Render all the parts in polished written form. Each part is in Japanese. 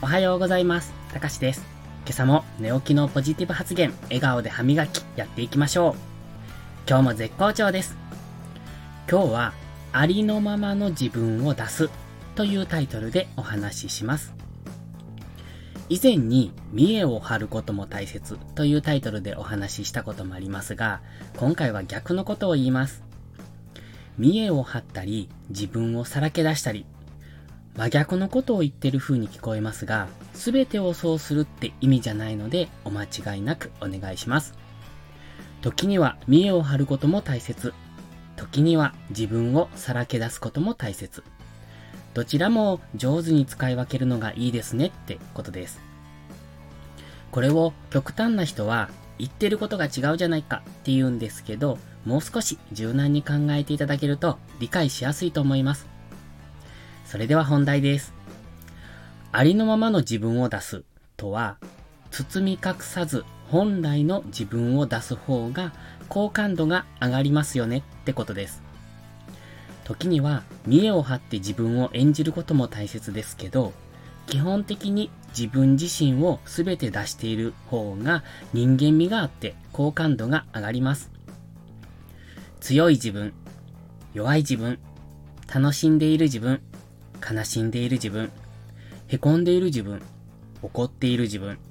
はようございます。たかしです。今朝も寝起きのポジティブ発言、笑顔で歯磨きやっていきましょう。今日も絶好調です。今日はありのままの自分を出すというタイトルでお話しします。以前に見栄を張ることも大切というタイトルでお話ししたこともありますが、今回は逆のことを言います。見栄を張ったり、自分をさらけ出したり、真逆のことを言ってる風に聞こえますが、すべてをそうするって意味じゃないので、お間違いなくお願いします。時には見栄を張ることも大切。時には自分をさらけ出すことも大切。どちらも上手に使い分けるのがいいですねってことです。これを極端な人は言ってることが違うじゃないかって言うんですけど、もう少し柔軟に考えていただけると理解しやすいと思います。それでは本題です。ありのままの自分を出すとは、包み隠さず本来の自分を出す方が好感度が上がりますよねってことです。時には見栄を張って自分を演じることも大切ですけど、基本的に自分自身を全て出している方が人間味があって好感度が上がります。強い自分、弱い自分、楽しんでいる自分、悲しんでいる自分、へこんでいる自分、怒っている自分。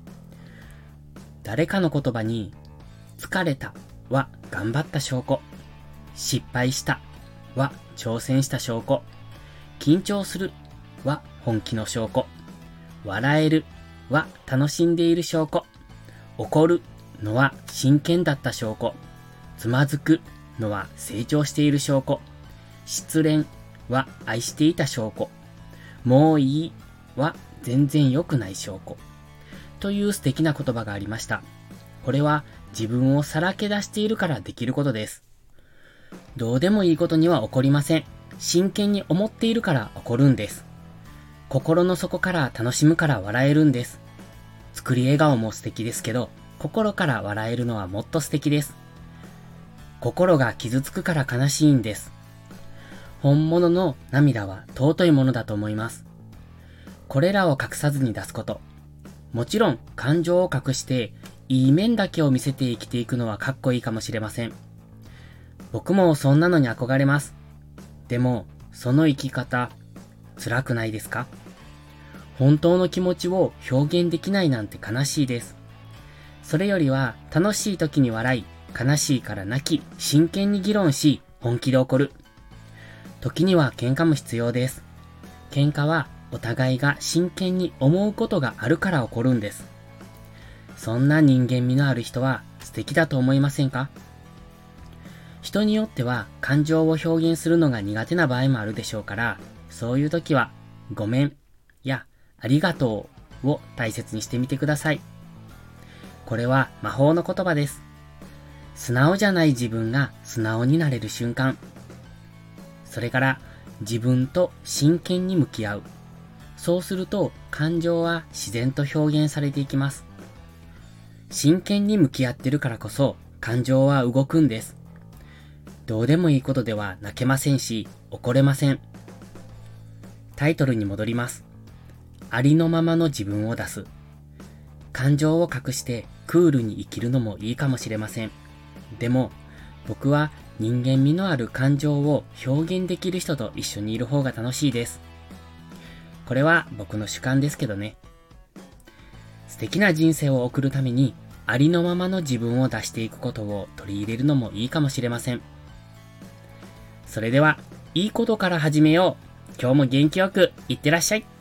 誰かの言葉に、疲れたは頑張った証拠、失敗したは挑戦した証拠、緊張するは本気の証拠、笑えるは楽しんでいる証拠、怒るのは真剣だった証拠、つまずくのは成長している証拠、失恋は愛していた証拠、もういいは全然良くない証拠という素敵な言葉がありました。これは自分をさらけ出しているからできることです。どうでもいいことには起こりません。真剣に思っているから起こるんです。心の底から楽しむから笑えるんです。作り笑顔も素敵ですけど、心から笑えるのはもっと素敵です。心が傷つくから悲しいんです。本物の涙は尊いものだと思います。これらを隠さずに出すこと。もちろん感情を隠していい面だけを見せて生きていくのはかっこいいかもしれません。僕もそんなのに憧れます。でもその生き方辛くないですか？本当の気持ちを表現できないなんて悲しいです。それよりは楽しい時に笑い、悲しいから泣き、真剣に議論し、本気で怒る。時には喧嘩も必要です。喧嘩はお互いが真剣に思うことがあるから起こるんです。そんな人間味のある人は素敵だと思いませんか？人によっては感情を表現するのが苦手な場合もあるでしょうから、そういう時はごめんやありがとうを大切にしてみてください。これは魔法の言葉です。素直じゃない自分が素直になれる瞬間。それから自分と真剣に向き合う。そうすると感情は自然と表現されていきます。真剣に向き合ってるからこそ感情は動くんです。どうでもいいことでは泣けませんし、怒れません。タイトルに戻ります。ありのままの自分を出す。感情を隠してクールに生きるのもいいかもしれません。でも僕は人間味のある感情を表現できる人と一緒にいる方が楽しいです。これは僕の主観ですけどね。素敵な人生を送るためにありのままの自分を出していくことを取り入れるのもいいかもしれません。それでは、いいことから始めよう。今日も元気よくいってらっしゃい。